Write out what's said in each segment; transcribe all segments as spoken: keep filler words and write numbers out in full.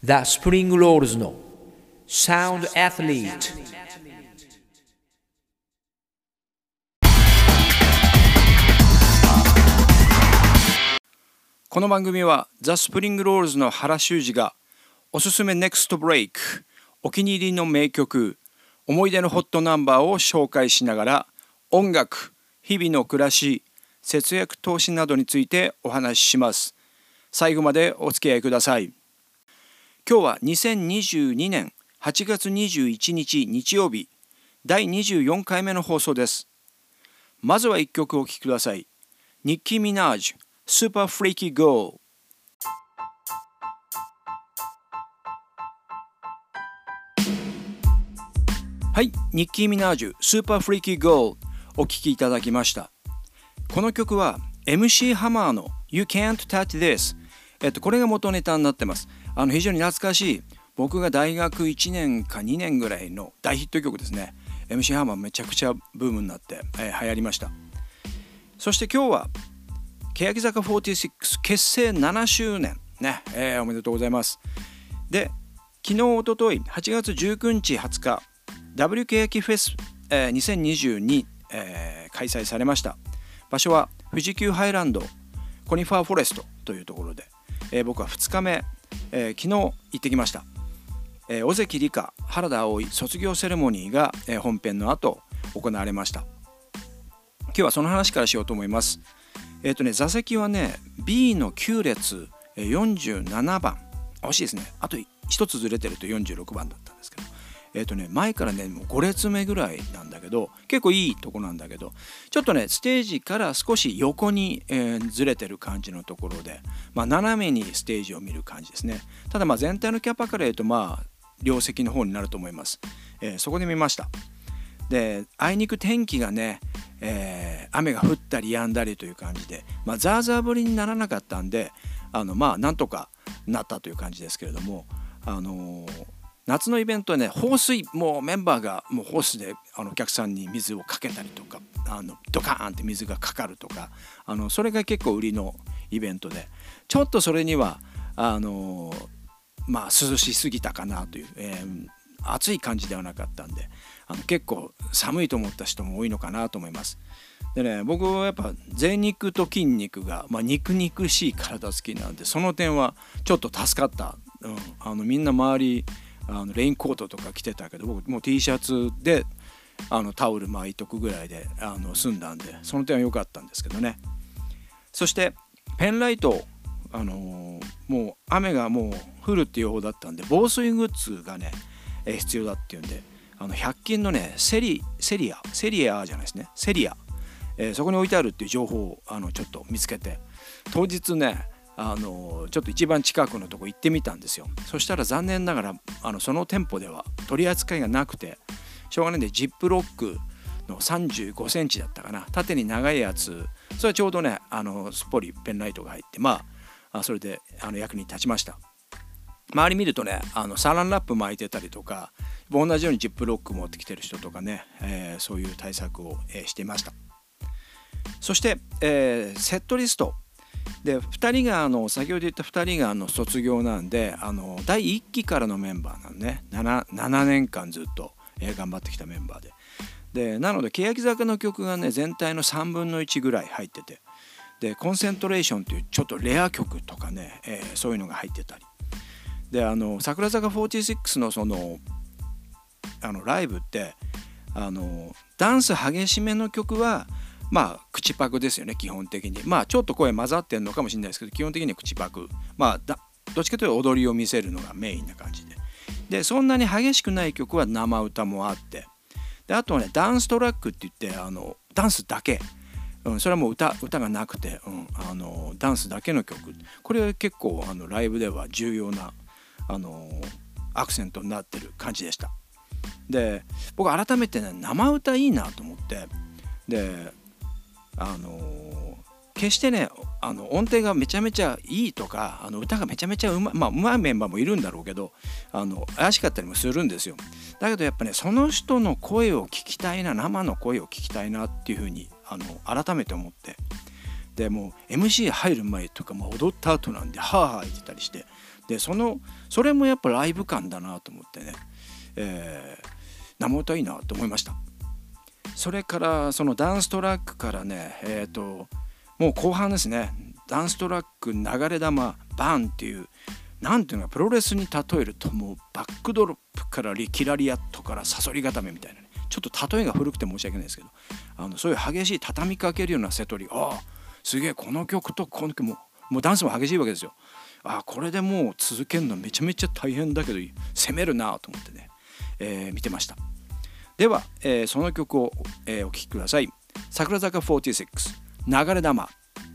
The Spring Rolls の Sound Athlete。 この番組はザ・スプリングロールズの原修二がおすすめネクストブレイク、お気に入りの名曲、思い出のホットナンバーを紹介しながら音楽、日々の暮らし、節約投資などについてお話しします。最後までお付き合いください。今日はにせんにじゅうにねんはちがつにじゅういちにち日曜日、だいにじゅうよんかいめの放送です。まずはいっきょくお聴きください。ニッキー・ミナージュ、スーパーフリーキー・ゴー。はい、ニッキー・ミナージュ、スーパーフリーキー・ゴーお聴きいただきました。この曲は エムシー ハマーの You Can't Touch This、えっと、これが元ネタになってます。あの非常に懐かしい、僕が大学いちねんかにねんぐらいの大ヒット曲ですね。 エムシー ハマーめちゃくちゃブームになって、えー、流行りました。そして今日は欅坂フォーティシックス結成ななしゅうねんね、えー、おめでとうございます。で、昨日おとといはちがつじゅうくにちはつか ダブリュー 欅フェス、えー、にせんにじゅうに、えー、開催されました。場所は富士急ハイランドコニファーフォレストというところで、えー、僕はふつかめ、えー、昨日行ってきました。えー、尾関里香、原田葵卒業セレモニーが、えー、本編の後行われました。今日はその話からしようと思います。えっとね、座席はね ビー のきゅうれつよんじゅうななばん、惜しいですね。あとひとつずれてるとよんじゅうろくばんだったんですけど、えっとね前からねもうごれつめぐらいなんだけど、結構いいとこなんだけど、ちょっとねステージから少し横に、えー、ずれてる感じのところで、まあ、斜めにステージを見る感じですね。ただまあ全体のキャパから言うとまあ両席の方になると思います。えー、そこで見ました。で、あいにく天気がね、えー、雨が降ったり止んだりという感じで、まあ、ザーザー降りにならなかったんで、あのまあなんとかなったという感じですけれども、あのー、夏のイベントはね放水、もうメンバーがもうホースであのお客さんに水をかけたりとか、あのドカーンって水がかかるとか、あのそれが結構売りのイベントで、ちょっとそれにはあのー、まあ涼しすぎたかなという、えー、暑い感じではなかったんで、あの結構寒いと思った人も多いのかなと思います。でね、僕はやっぱ贅肉と筋肉が、まあ、肉肉しい体好きなんで、その点はちょっと助かった。うん、あのみんな周りあのレインコートとか着てたけど、僕もう T シャツであのタオル巻いとくぐらいであの済んだんで、その点は良かったんですけどね。そしてペンライト、あのー、もう雨がもう降るっていう予報だったんで、防水グッズがね、えー、必要だっていうんで、あのひゃく均のねセリセリアセリアじゃないですねセリア、えー、そこに置いてあるっていう情報をあのちょっと見つけて、当日ねあのちょっと一番近くのとこ行ってみたんですよ。そしたら残念ながらあのその店舗では取り扱いがなくて、しょうがないんでジップロックのさんじゅうごセンチだったかな、縦に長いやつ、それはちょうどねあのすっぽりペンライトが入って、まあそれであの役に立ちました。周り見るとね、あのサランラップ巻いてたりとか、同じようにジップロック持ってきてる人とかね、えー、そういう対策を、えー、していました。そして、えー、セットリストでふたりがあの先ほど言ったふたりがあの卒業なんで、あのだいいっきからのメンバーなんでね、 7, ななねんかんずっと、えー、頑張ってきたメンバーで、でなので欅坂の曲がね全体のさんぶんのいちぐらい入ってて、でコンセントレーションというちょっとレア曲とかね、えー、そういうのが入ってたりで、あの櫻坂フォーティシックスのそのあのライブってあのダンス激しめの曲はまあ口パクですよね基本的に。まあちょっと声混ざってんのかもしれないですけど、基本的には口パク、まあだどっちかというと踊りを見せるのがメインな感じで、でそんなに激しくない曲は生歌もあって、であとはねダンストラックって言って、あのダンスだけ、うん、それはもう 歌, 歌がなくて、うん、あのダンスだけの曲、これは結構あのライブでは重要なあのアクセントになってる感じでした。で僕改めてね生歌いいなと思って、であの決してねあの音程がめちゃめちゃいいとか、あの歌がめちゃめちゃうまい、まあうまいメンバーもいるんだろうけど、あの怪しかったりもするんですよ。だけどやっぱねその人の声を聞きたいな、生の声を聞きたいなっていうふうにあの改めて思って、でもう エムシー 入る前とかも踊った後なんではあはあ言ってたりして、 でそのそれもやっぱライブ感だなと思ってね、えー、生歌いいなと思いました。それからそのダンストラックからね、えーともう後半ですね。ダンストラック流れ玉バンっていう、なんていうのかプロレスに例えると、もうバックドロップからリキラリアットからサソリ固めみたいなね、ちょっと例えが古くて申し訳ないですけど、あのそういう激しい畳みかけるようなセトリ、ああすげえ、この曲とこの曲ももうダンスも激しいわけですよ。ああこれでもう続けるのめちゃめちゃ大変だけど攻めるなと思ってね、えー、見てました。では、えー、その曲を、えー、お聴きください。桜坂フォーティーシックス流れ玉。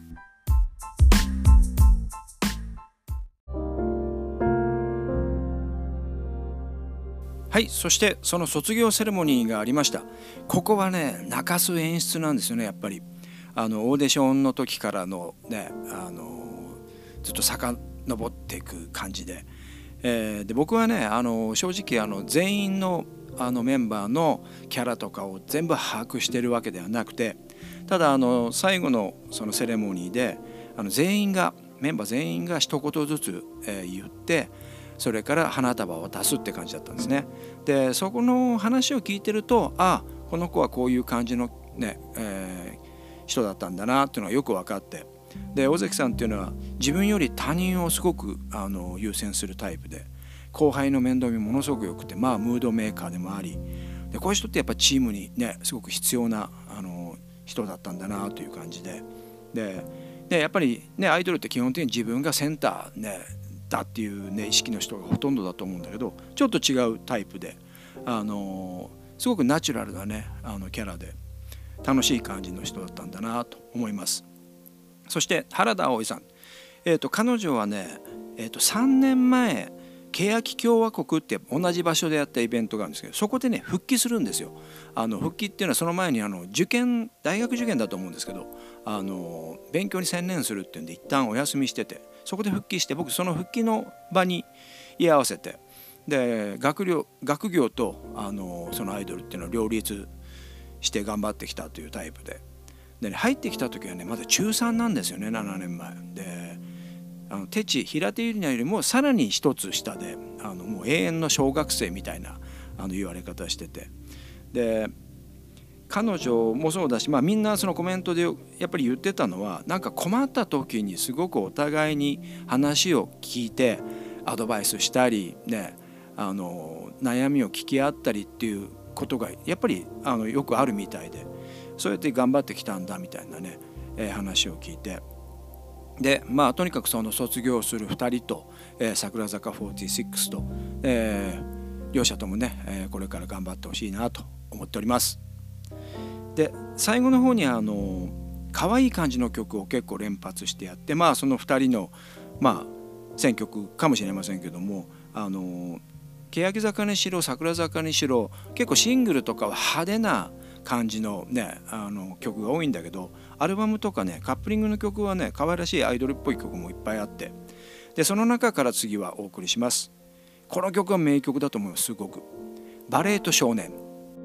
はい、そしてその卒業セレモニーがありました。ここはね泣かす演出なんですよね。やっぱりあのオーディションの時からのね、あのずっと遡っていく感じで、えー、で僕はねあの正直あの全員のあのメンバーのキャラとかを全部把握してるわけではなくて、ただあの最後のそのセレモニーであの全員がメンバー全員が一言ずつ、えー、言って、それから花束を渡すって感じだったんですね。でそこの話を聞いてると、ああこの子はこういう感じのね、えー、人だったんだなっていうのがよく分かって、で尾関さんっていうのは自分より他人をすごくあの優先するタイプで、後輩の面倒見ものすごくよくて、まあムードメーカーでもあり、でこういう人ってやっぱチームにねすごく必要なあの人だったんだなという感じで、ででやっぱりねアイドルって基本的に自分がセンターねだっていうね意識の人がほとんどだと思うんだけど、ちょっと違うタイプで、あのすごくナチュラルなねあのキャラで楽しい感じの人だったんだなと思います。そして原田葵さん、えーと彼女はね、えーとさんねんまえ欅共和国って同じ場所でやったイベントがあるんですけど、そこでね復帰するんですよ。あの復帰っていうのはその前にあの受験大学受験だと思うんですけど、あの勉強に専念するっていうんで一旦お休みしてて、そこで復帰して、僕その復帰の場に居合わせて、で学業、学業とあのそのアイドルっていうのを両立して頑張ってきたというタイプで、で、ね、入ってきた時はねまだちゅうさんなんですよね。ななねんまえで、あのテチ平手友梨奈よりもさらに一つ下で、あのもう永遠の小学生みたいなあの言われ方してて、で彼女もそうだし、まあ、みんなそのコメントでやっぱり言ってたのは、なんか困った時にすごくお互いに話を聞いてアドバイスしたりね、あの悩みを聞き合ったりっていうことがやっぱりあのよくあるみたいで、そうやって頑張ってきたんだみたいなね、えー、話を聞いて、でまあとにかくその卒業するふたりと、えー、桜坂フォーティーシックスと、えー、両者ともね、えー、これから頑張ってほしいなと思っております。で最後の方にあの可愛い感じの曲を結構連発してやって、まあそのふたりのまあ選曲かもしれませんけども、あの欅坂にしろ桜坂にしろ結構シングルとかは派手な感じのねあの曲が多いんだけど、アルバムとかねカップリングの曲はね可愛らしいアイドルっぽい曲もいっぱいあって、でその中から次はお送りします。この曲は名曲だと思います。すごくバレエと少年。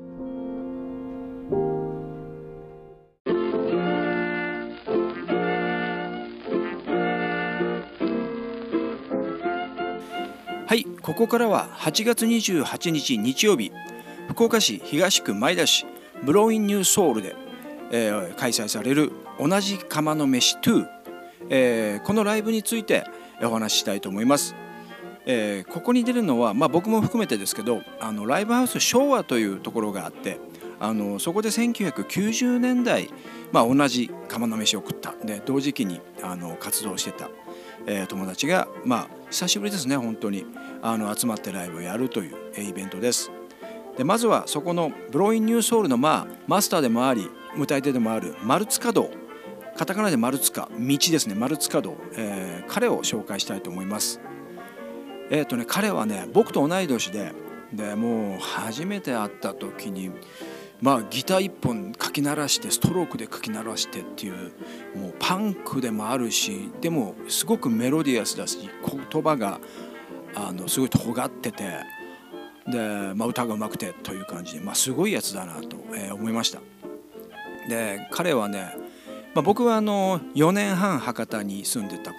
はい、ここからははちがつにじゅうはちにち日曜日、福岡市東区前田市ブローインニューソウルで、えー、開催される同じ釜の飯に、えー、このライブについてお話ししたいと思います。えー、ここに出るのは、まあ、僕も含めてですけど、あのライブハウス昭和というところがあって、あのそこでせんきゅうひゃくきゅうじゅうねんだい、まあ、同じ釜の飯を食ったで同時期にあの活動してた、えー、友達が、まあ、久しぶりですね本当にあの集まってライブをやるという、えー、イベントです。でまずはそこのブローインニューソウルの、まあ、マスターでもあり歌い手でもある丸塚道、カタカナで丸塚道ですね、丸塚道、えー、彼を紹介したいと思います。えーとね、彼はね僕と同い年で、でもう初めて会った時に、まあ、ギター一本かき鳴らしてストロークでかき鳴らしてっていう、もうパンクでもあるし、でもすごくメロディアスだし言葉があのすごい尖ってて、で、まあ、歌がうまくてという感じで、まあ、すごいやつだなと、えー、思いました。で彼はね、まあ、僕はあのよねんはん博多に住んでたことがあっ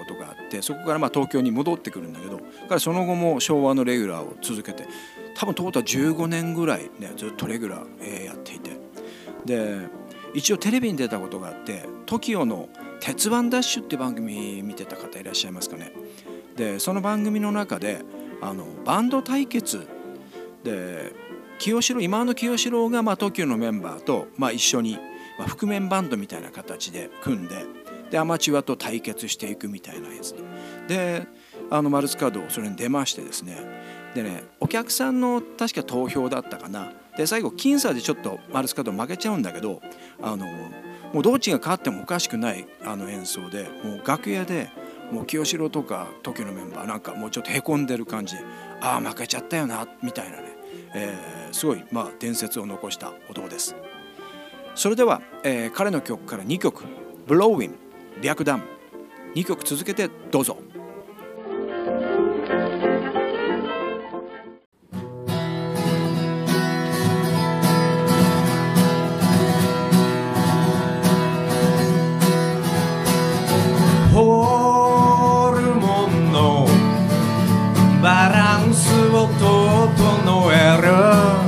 ってそこからまあ東京に戻ってくるんだけどからその後も昭和のレギュラーを続けて多分トータルじゅうごねんぐらい、ね、ずっとレギュラーやっていてで一応テレビに出たことがあって トキオ の「鉄腕ダッシュ」って番組見てた方いらっしゃいますかね。でその番組の中であのバンド対決で清志郎今の清志郎がまあ トキオ のメンバーとまあ一緒に、まあ、覆面バンドみたいな形で組んででアマチュアと対決していくみたいなやつであのマルツカードそれに出ましてですねでねお客さんの確か投票だったかなで最後僅差でちょっとマルツカード負けちゃうんだけどあのもうどっちが勝ってもおかしくないあの演奏でもう楽屋でもう清志郎とか トキオ のメンバーなんかもうちょっとへこんでる感じでああ負けちゃったよなみたいなね、えー、すごいまあ伝説を残した男です。それでは、えー、彼の曲からにきょく「ブローイン」白弾にきょく続けてどうぞ。 ホルモンのバランスを整える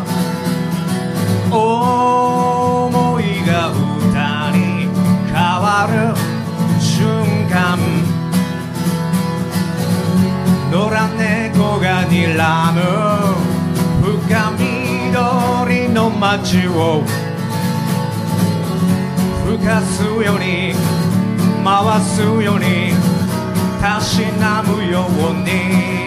思いが歌に変わる瞬間野良猫が睨む深緑の街を吹かすように回すようにたしなむように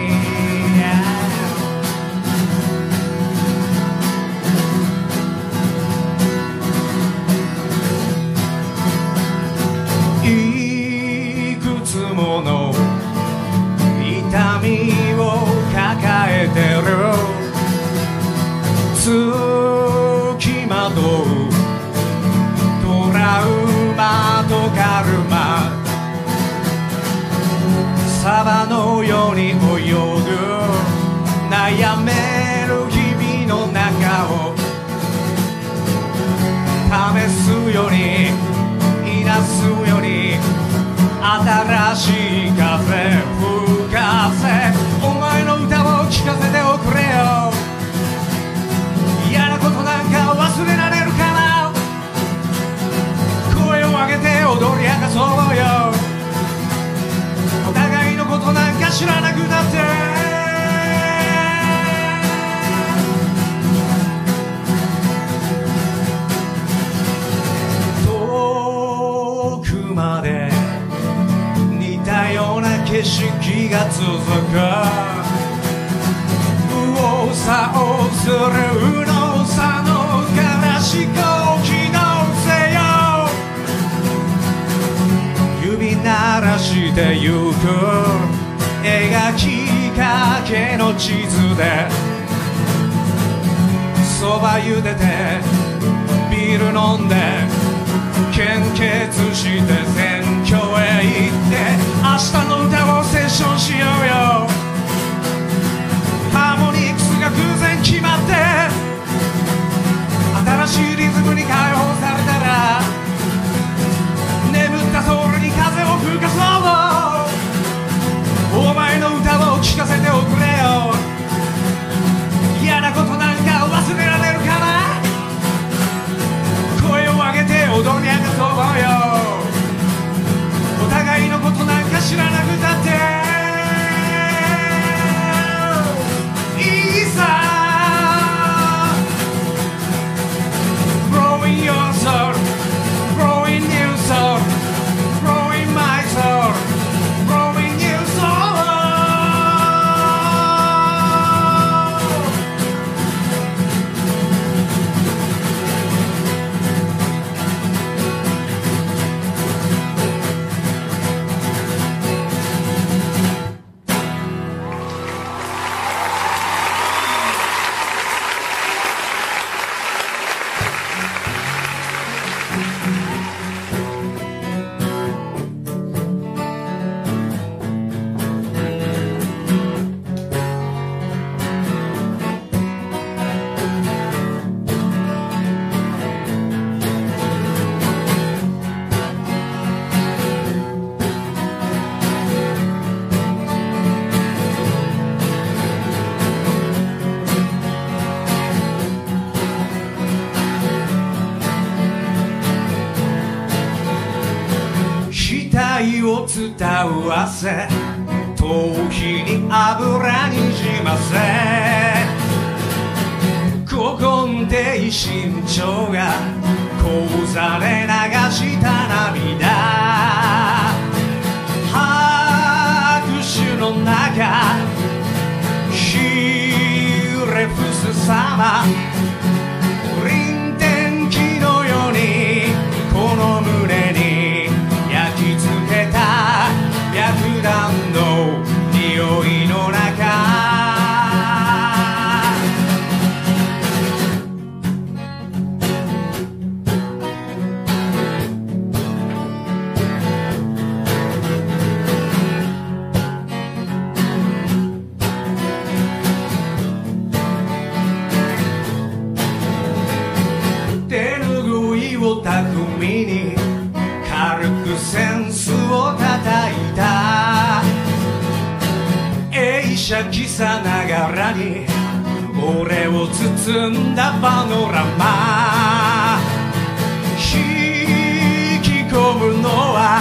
いくつもの痛みを抱えてるつきまとうトラウマとカルマサバのように泳ぐ悩める日々の中を試すようにいなすように新しい風吹かせお前の歌を聴かせておくれよ嫌なことなんか忘れられるかな声を上げて踊り明かそうよお互いのことなんか知らなくなって遠くまで似たような景色が続く右往左往する右脳左脳から飛行機のせよ指鳴らしてゆく描きかけの地図でそば茹でてビール飲んで献血して選挙へ行って明日の歌をセッションしようよハーモニクスが偶然決まって新しいリズムに解放されたら眠ったソウルに風を吹かそうお前の歌を聴かせておくれよ嫌なことなんか忘れられるかな声を上げて踊り明かそうよお互いのことなんか知らなくたってを伝わせ頭皮に油にじませ古今亭身長が講座で流した涙拍手の中ひれ伏す様臨天気のようにこの胸に焼き付けた白檀の匂いの中巧みに軽くセンスを叩いた映写記さながらに俺を包んだパノラマ引き込むのは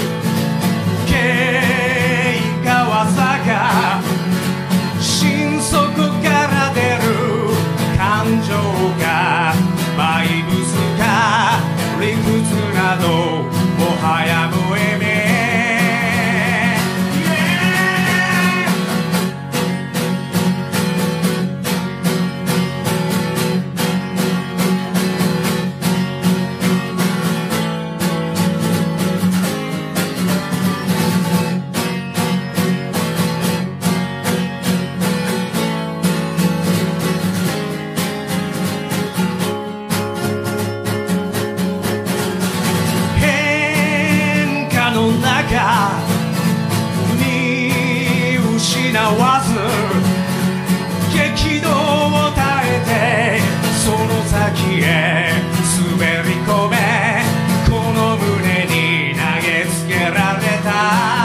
軽川坂心底から出る感情がバイブスか理屈などもはや無意味見失わず激動を耐えてその先へ滑り込めこの胸に投げつけられた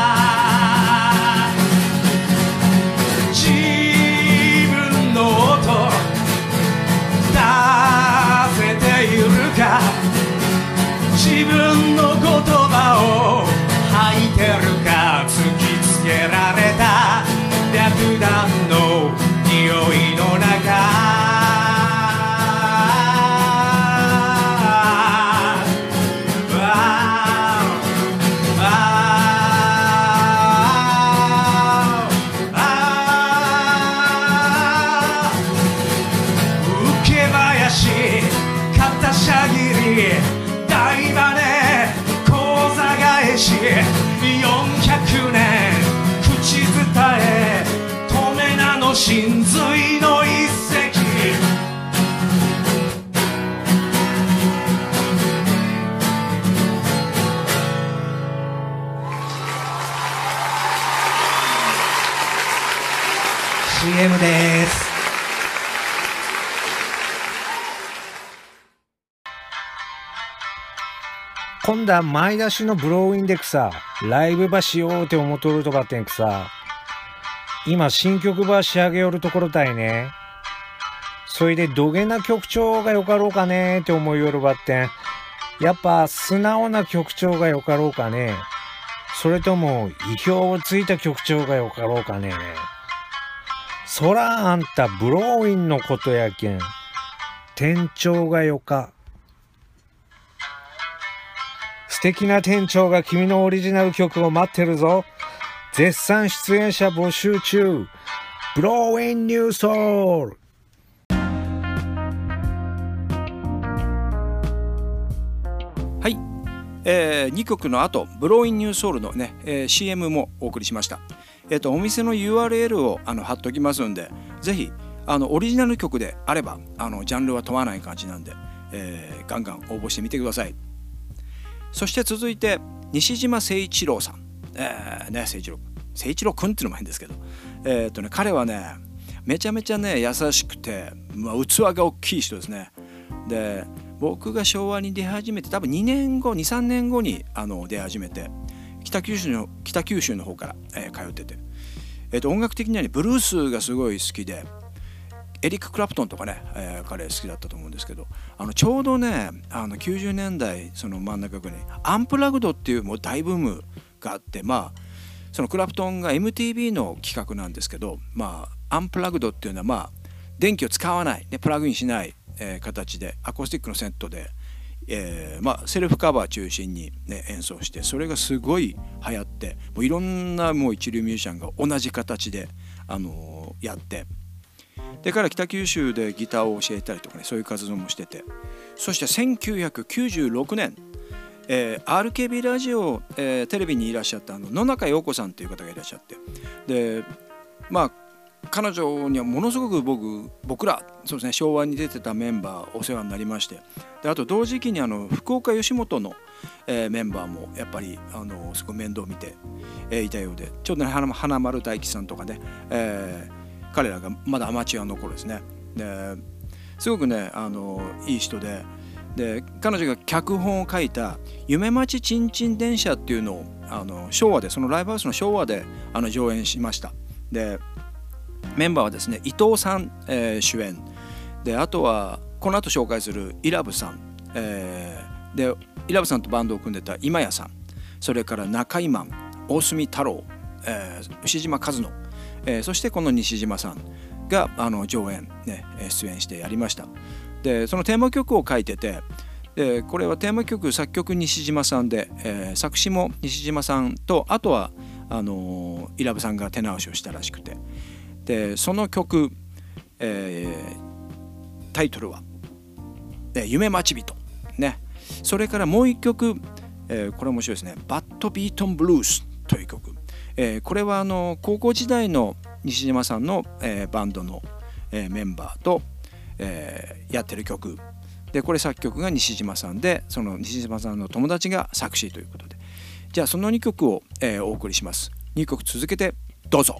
自分の音出せているか自分の言葉を吐いてるか突きつけられた白檀の匂いの中受け林肩しゃぎり大バネよんひゃくねん口伝え止めなの真髄の一石 シーエム です今度は前出しのブローインでくさ、ライブばしようって思っとるとばってんくさ、今新曲ば仕上げよるところたいね。それでどげな曲調がよかろうかねって思いよるばってん。やっぱ素直な曲調がよかろうかね。それとも意表をついた曲調がよかろうかね。そらあんたブローインのことやけん。転調がよか。素敵な店長が君のオリジナル曲を待ってるぞ。絶賛出演者募集中。ブローインニューソウル。 はい、えー、にきょくの後ブローインニューソウルのね、えー、シーエム もお送りしました。えっとお店の ユーアールエル をあの貼っときますんで、ぜひあのオリジナル曲であればあのジャンルは問わない感じなんで、えー、ガンガン応募してみてください。そして続いて西島誠一郎さん、えー、ね誠一郎誠一郎くんっていうのも変ですけど、えー、っとね彼はねめちゃめちゃね優しくて、まあ、器が大きい人ですね。で僕が昭和に出始めて多分にねんご にさんねんごにあの出始めて北九州の北九州の方から、えー、通ってて、えー、と音楽的にはねブルースがすごい好きでエリック・クラプトンとかね、えー、彼好きだったと思うんですけど、あのちょうどねあのきゅうじゅうねんだいその真ん中ぐらいにアンプラグドっていうもう大ブームがあって、まあそのクラプトンが エムティービー の企画なんですけど、まあアンプラグドっていうのはまあ電気を使わない、ね、プラグインしない、えー、形でアコースティックのセットで、えーまあ、セルフカバー中心に、ね、演奏して、それがすごい流行って、もういろんなもう一流ミュージシャンが同じ形で、あのー、やって、でから北九州でギターを教えたりとかね、そういう活動もしてて、そしてせんきゅうひゃくきゅうじゅうろくねん、えー、アールケービー ラジオ、えー、テレビにいらっしゃったあの野中陽子さんという方がいらっしゃって、でまあ彼女にはものすごく僕僕らそうですね、昭和に出てたメンバーお世話になりまして、であと同時期にあの福岡吉本の、えー、メンバーもやっぱりあのすごい面倒を見て、えー、いたようで、ちょうどね花丸大吉さんとかね、えー、彼らがまだアマチュアの頃ですね。ですごくねあのいい人で、で彼女が脚本を書いた「夢町ちんちん電車」っていうのをあの昭和で、そのライブハウスの昭和であの上演しました。でメンバーはですね伊藤さん、えー、主演で、あとはこの後紹介するイラブさん、えー、でイラブさんとバンドを組んでた今谷さん、それから中井マン、大隅太郎、えー、牛島和野、えー、そしてこの西島さんがあの上演、ね、出演してやりました。でそのテーマ曲を書いてて、でこれはテーマ曲作曲西島さんで、えー、作詞も西島さんと、あとはあのー、イラブさんが手直しをしたらしくて、でその曲、えー、タイトルは「夢待ち人」ね。それからもう一曲、えー、これ面白いですね「バッドビートンブルース」という曲、えー、これはあの高校時代の西島さんの、えー、バンドの、えー、メンバーと、えー、やってる曲で、これ作曲が西島さんで、その西島さんの友達が作詞ということで、じゃあそのにきょくを、えー、お送りします。にきょく続けてどうぞ。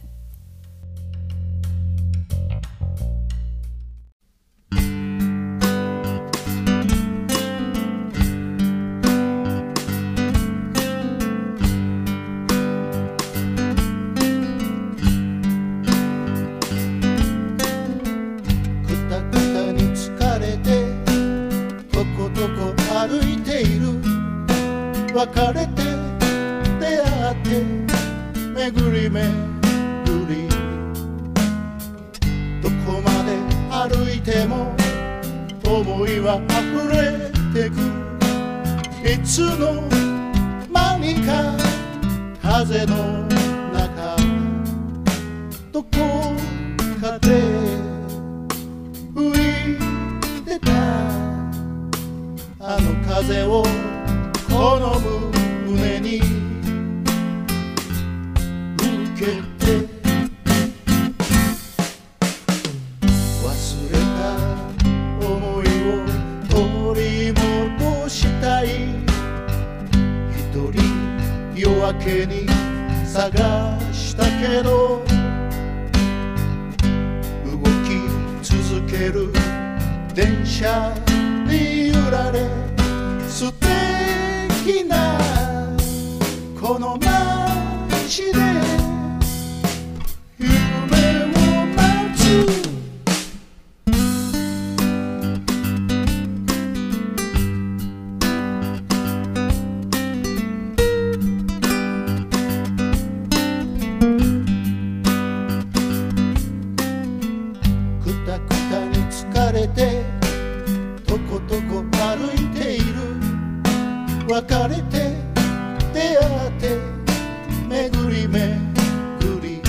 別れて出会って巡り巡り、どこまで歩いても思いは溢れてく。いつの間にか風の中、どこかで吹いてたあの風をこの胸に受けて、忘れた想いを取り戻したい。一人夜明けに探したけど、動き続ける電車に揺られ、素敵なこの街で夢を待つ。くたくたに疲れてとことこ歩いている。別れて出会って巡り巡り、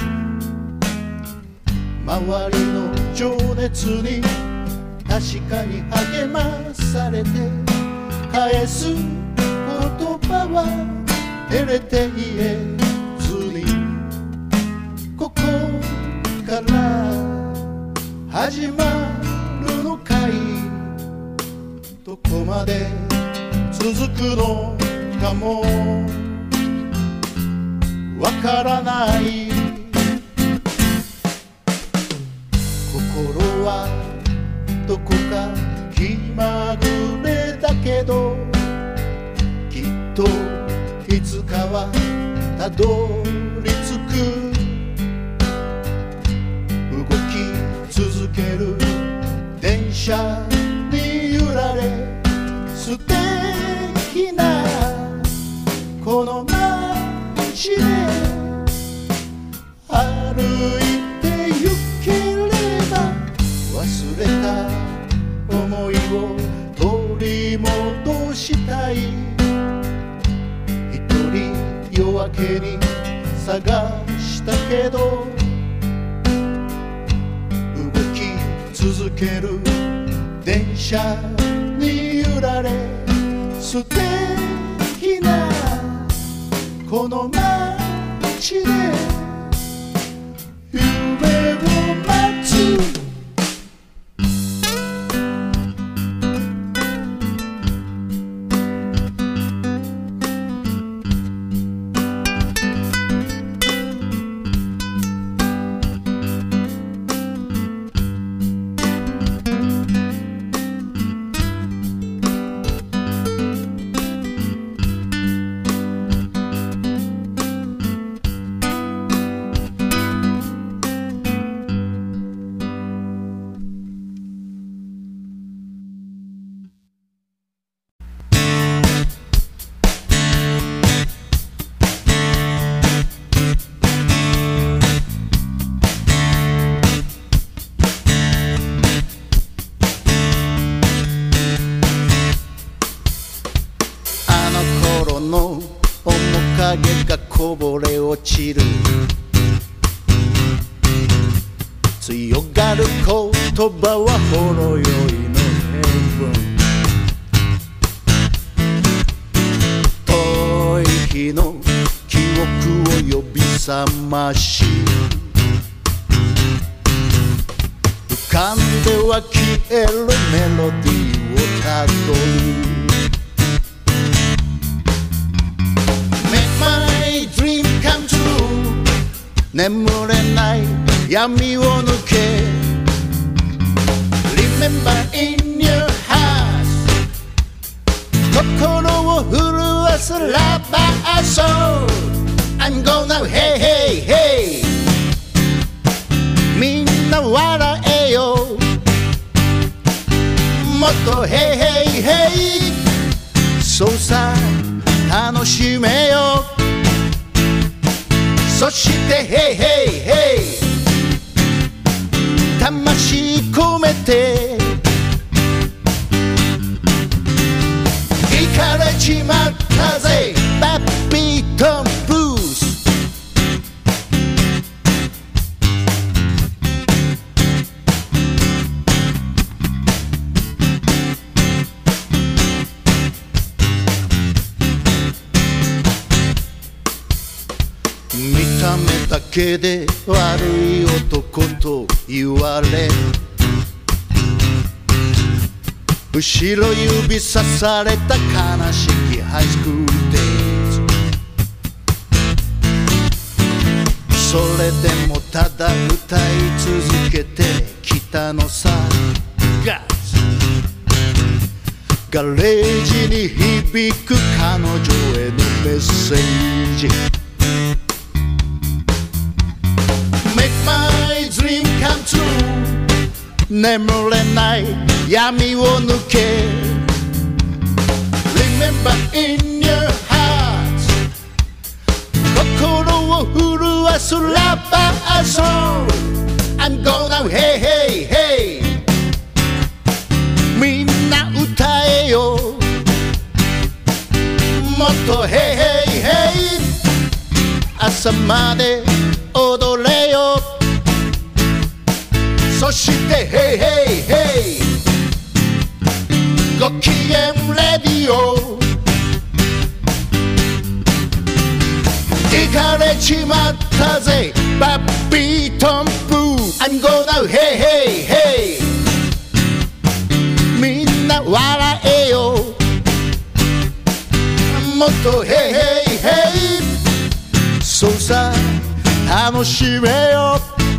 周りの情熱に確かに励まされて、返す言葉は照れて言えずに、ここから始まるのかい、どこまで続くのかもわからない。心はどこか気まぐれだけど、きっといつかはたどり着く。動き続ける電車に揺られ、素敵なこの街探したけど動き続ける電車に揺られ素敵なこの街で夢を待つ影がこぼれ落ちる強がる言葉はほろ酔いの平凡遠い日の記憶を呼び覚まし浮かんでは消えるメロディーをたどる眠れない闇を抜け Remember in your heart 心を震わすラバーソウル I'm gonna hey hey hey みんな笑えよもっと hey hey hey そうさ楽しめよそしてヘイヘイヘイ魂込めてイかれちまったぜバッビートンブルース見た目だけで悪い男と言われ後ろ指さされた悲しきハイスクールデイズそれでもただ歌い続けてきたのさガレージに響く彼女へのメッセージMy dream come true 眠れない闇を抜け Remember in your heart 心を震わすラバーソウル I'm gonna hey hey hey みんな歌えよもっと hey hey hey 朝まで踊れよそしてヘイヘイヘイご機嫌レディオイかれちまったぜバッビートンブー I'm gonna hey hey hey みんな笑えよもっとヘイヘイヘイそうさ楽しめよ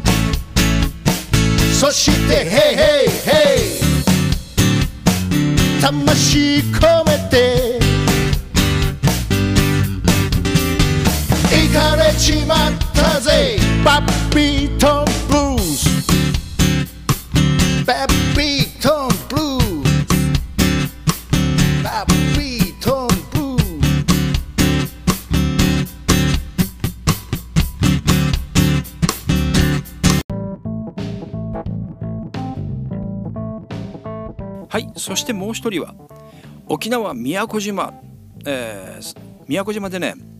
そしてヘイヘイヘイ魂込めてイかれちまったぜバッビートンブルースバッビートンブルースバッビートンブルースはい、そしてもう一人は沖縄宮古島、えー、宮古島でね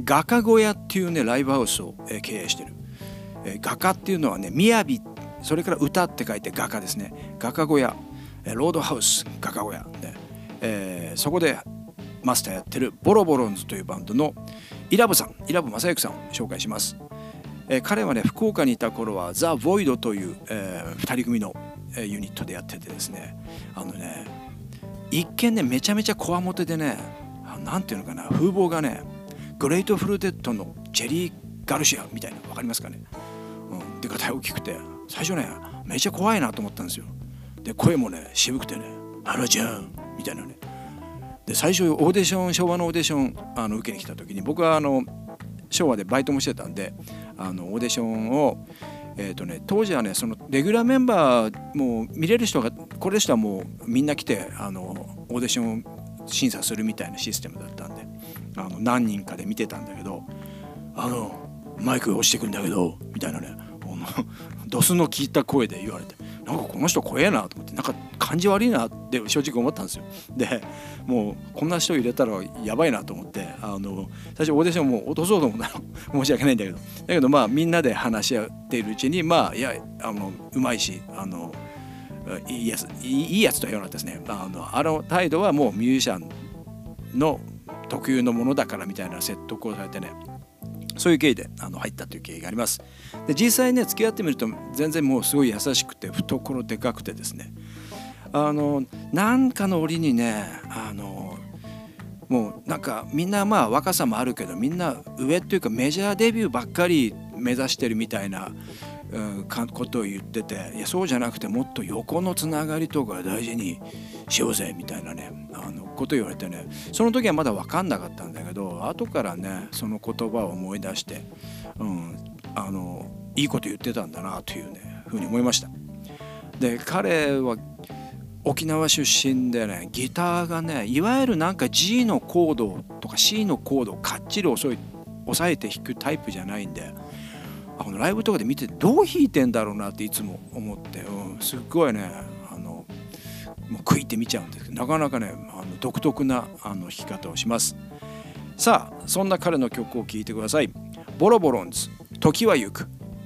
画家小屋っていうねライブハウスを、えー、経営してる、えー、画家っていうのはね雅、それから歌って書いて画家ですね。画家小屋、えー、ロードハウス画家小屋で、えー、そこでマスターやってるボロボロンズというバンドのイラブさん、イラブ正幸さんを紹介します。えー、彼はね福岡にいた頃はザ・ボイドという、えー、ふたり組の、えー、ユニットでやっててですね、あのね一見ねめちゃめちゃこわもてでね、なんていうのかな、風貌がねグレートフルデッドのジェリー・ガルシアみたいな、わかりますかね、うん、で肩大きくて最初ねめっちゃ怖いなと思ったんですよ。で声もね渋くてねハロちゃんみたいなね。で最初オーディション昭和のオーディションあの受けに来た時に僕はあの昭和でバイトもしてたんで、あのオーディションをえーとね、当時はねそのレギュラーメンバーも見れる人がこれでしたらもうみんな来てあのオーディションを審査するみたいなシステムだったんで、あの何人かで見てたんだけど、あのマイクが落ちてくんだけどみたいなねドスの効いた声で言われて、なんかこの人怖えなと思って、なんか感じ悪いなって正直思ったんですよ。でもうこんな人入れたらやばいなと思って、あの最初オーディションも落とそうと思ったの申し訳ないんだけど、だけどまあみんなで話し合っているうちに、まあいやあのうまいしあのいいやついいいいやつとは言わなかったですね。あのあの態度はもうミュージシャンの特有のものだからみたいな説得をされてね、そういう経緯であの入ったという経緯があります。で実際ね付き合ってみると全然もうすごい優しくて懐でかくてですね、あのなんかの折にねあのもうなんかみんなまあ若さもあるけどみんな上っていうかメジャーデビューばっかり目指してるみたいな、うん、ことを言ってて、いやそうじゃなくてもっと横のつながりとか大事にしようぜみたいなねあのこと言われてね、その時はまだ分かんなかったんだけど後からねその言葉を思い出して、うん、あのいいこと言ってたんだなというねふうに思いました。で彼は沖縄出身でねギターがねいわゆるなんか G のコードとか C のコードをかっちり押さえて弾くタイプじゃないんで、あのライブとかで見てどう弾いてんだろうなっていつも思って、うん、すっごいねあのもう食いって見ちゃうんですけど、なかなかねあの独特なあの弾き方をします。さあそんな彼の曲を聴いてください。ボロボロンズ時は行く。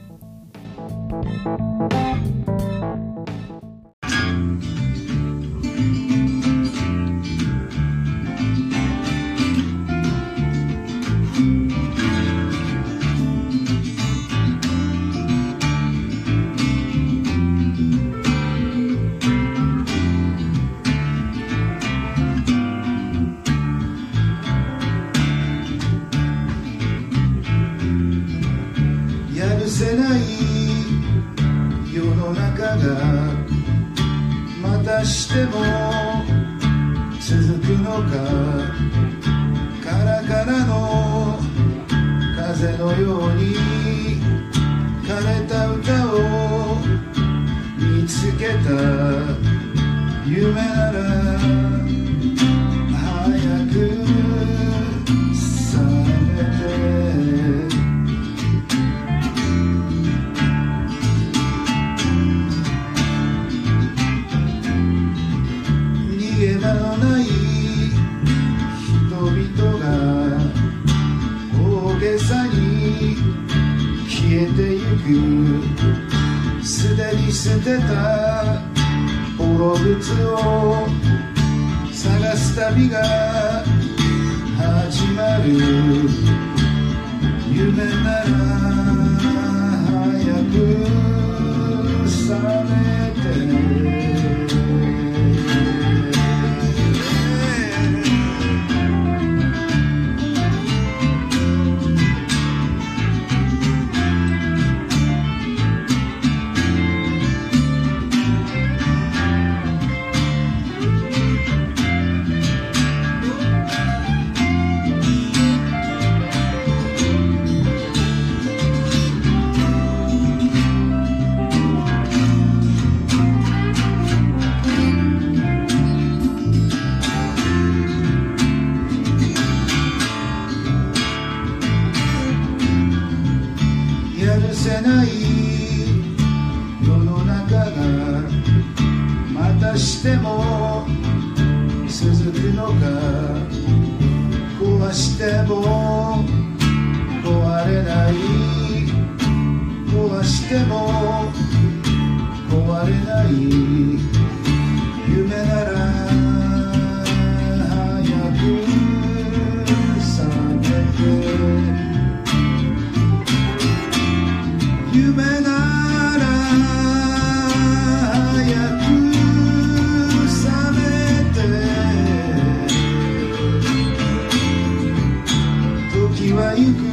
許せない世の中がまたしても続くのか、カラカラの風のように枯れた歌を見つけた夢なら早く覚めて、逃げ場のない人々が大げさに消えてゆく、すでに捨てた滅物を探す旅が始まる。夢なら早く覚めて、許せない世の中がまたしても続くのか、壊してもれない壊しても壊れない夢なら早く覚めて夢なら早く覚めて時は行く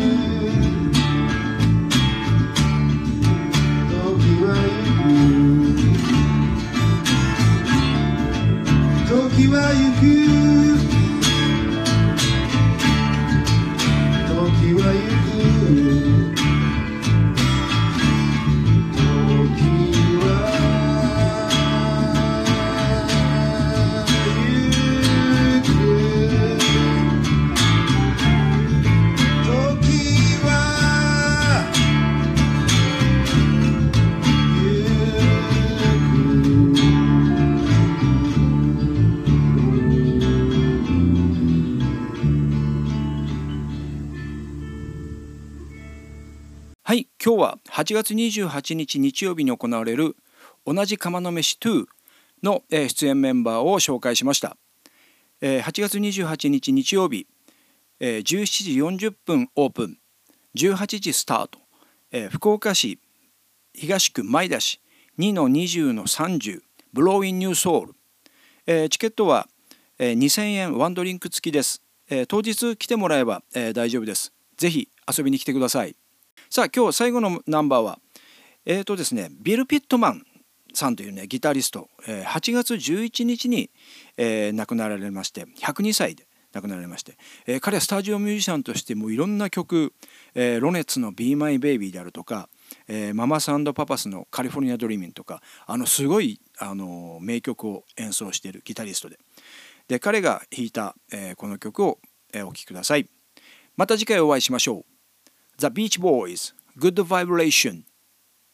時は行く時は行く時は行くはい、今日ははちがつにじゅうはちにち日曜日に行われる同じ釜の飯にの出演メンバーを紹介しました。はちがつにじゅうはちにち日曜日じゅうしちじよんじゅっぷんオープン、じゅうはちじスタート、福岡市東区前田市 にのにじゅうのさんじゅう ブローインニューソウル、チケットはにせんえんワンドリンク付きです。当日来てもらえば大丈夫です。ぜひ遊びに来てください。さあ今日最後のナンバーはえーとですねビル・ピットマンさんというねギタリスト、はちがつじゅういちにちに、えー、亡くなられまして、ひゃくにさいで亡くなられまして、えー、彼はスタジオミュージシャンとしてもいろんな曲、えー、ロネッツの Be My Baby であるとか、えー、ママス&パパスのカリフォルニアドリーミンとか、あのすごいあの名曲を演奏しているギタリストで、で彼が弾いた、えー、この曲を、えー、お聴きください。また次回お会いしましょう。The Beach Boys, Good Vibration